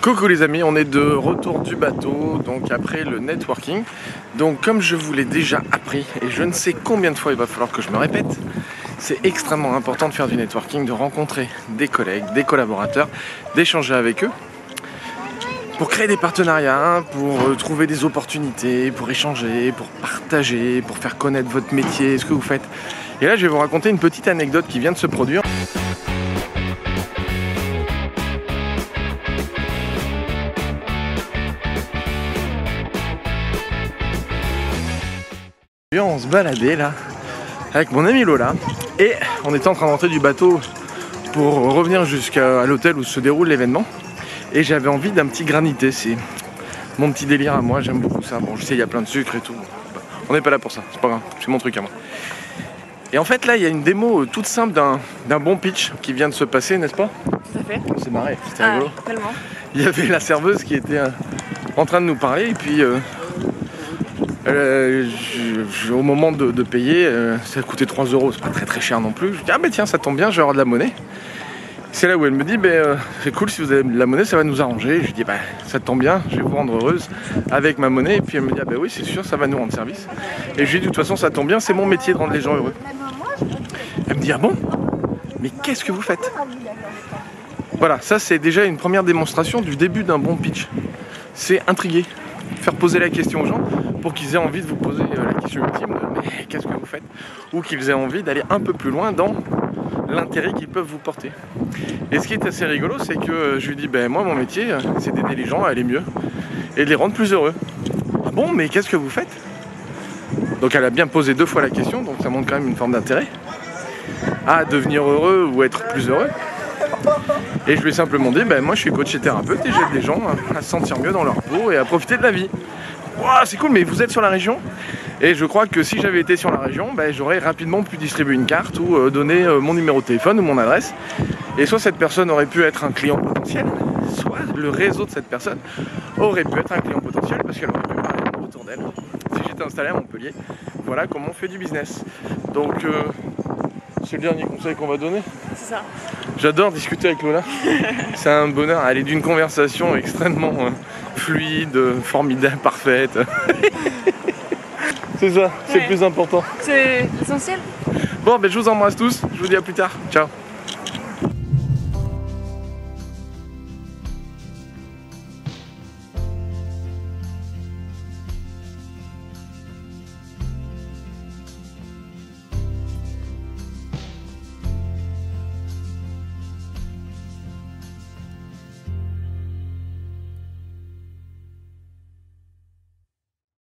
Coucou les amis, on est de retour du bateau, donc après le networking. Donc comme je vous l'ai déjà appris, et je ne sais combien de fois il va falloir que je me répète, c'est extrêmement important de faire du networking, de rencontrer des collègues, des collaborateurs, d'échanger avec eux, pour créer des partenariats, pour trouver des opportunités, pour échanger, pour partager, pour faire connaître votre métier, ce que vous faites. Et là je vais vous raconter une petite anecdote qui vient de se produire. On se baladait là avec mon ami Lola et on était en train d'entrer du bateau pour revenir jusqu'à l'hôtel où se déroule l'événement, et j'avais envie d'un petit granité. C'est mon petit délire à moi, j'aime beaucoup ça. Bon, je sais, il y a plein de sucre et tout, on n'est pas là pour ça, c'est pas grave, c'est mon truc à moi. Et en fait là il y a une démo toute simple d'un bon pitch qui vient de se passer, n'est-ce pas? Tout à fait. On s'est marré, c'était rigolo. Tellement. Il y avait la serveuse qui était en train de nous parler, et puis au moment de payer, ça coûtait 3 €, c'est pas très cher non plus. Je dis ah mais tiens, ça tombe bien, je vais avoir de la monnaie. C'est là où elle me dit c'est cool, si vous avez de la monnaie ça va nous arranger. Je dis ça tombe bien, je vais vous rendre heureuse avec ma monnaie. Et puis elle me dit oui c'est sûr, ça va nous rendre service. Et je lui dis de toute façon ça tombe bien, c'est mon métier de rendre les gens heureux. Elle me dit ah bon, mais qu'est-ce que vous faites? Voilà, ça c'est déjà une première démonstration du début d'un bon pitch. C'est intriguer, faire poser la question aux gens pour qu'ils aient envie de vous poser la question ultime de mais qu'est-ce que vous faites, ou qu'ils aient envie d'aller un peu plus loin dans l'intérêt qu'ils peuvent vous porter. Et ce qui est assez rigolo, c'est que je lui dis moi mon métier c'est d'aider les gens à aller mieux et de les rendre plus heureux. Ah bon, mais qu'est-ce que vous faites? Donc elle a bien posé 2 fois la question, donc ça montre quand même une forme d'intérêt à devenir heureux ou être plus heureux. Et je lui ai simplement dit moi je suis coach et thérapeute et j'aide les gens à se sentir mieux dans leur peau et à profiter de la vie. Wow, c'est cool, mais vous êtes sur la région? Et je crois que si j'avais été sur la région, j'aurais rapidement pu distribuer une carte ou donner mon numéro de téléphone ou mon adresse. Et soit cette personne aurait pu être un client potentiel, soit le réseau de cette personne aurait pu être un client potentiel parce qu'elle aurait pu parler autour d'elle. Si j'étais installé à Montpellier, voilà comment on fait du business. Donc c'est le dernier conseil qu'on va donner. C'est ça. J'adore discuter avec Lola. C'est un bonheur. Elle est d'une conversation extrêmement fluide, formidable, parfaite. C'est ça, c'est le plus important. C'est l'essentiel. Bon, je vous embrasse tous. Je vous dis à plus tard. Ciao.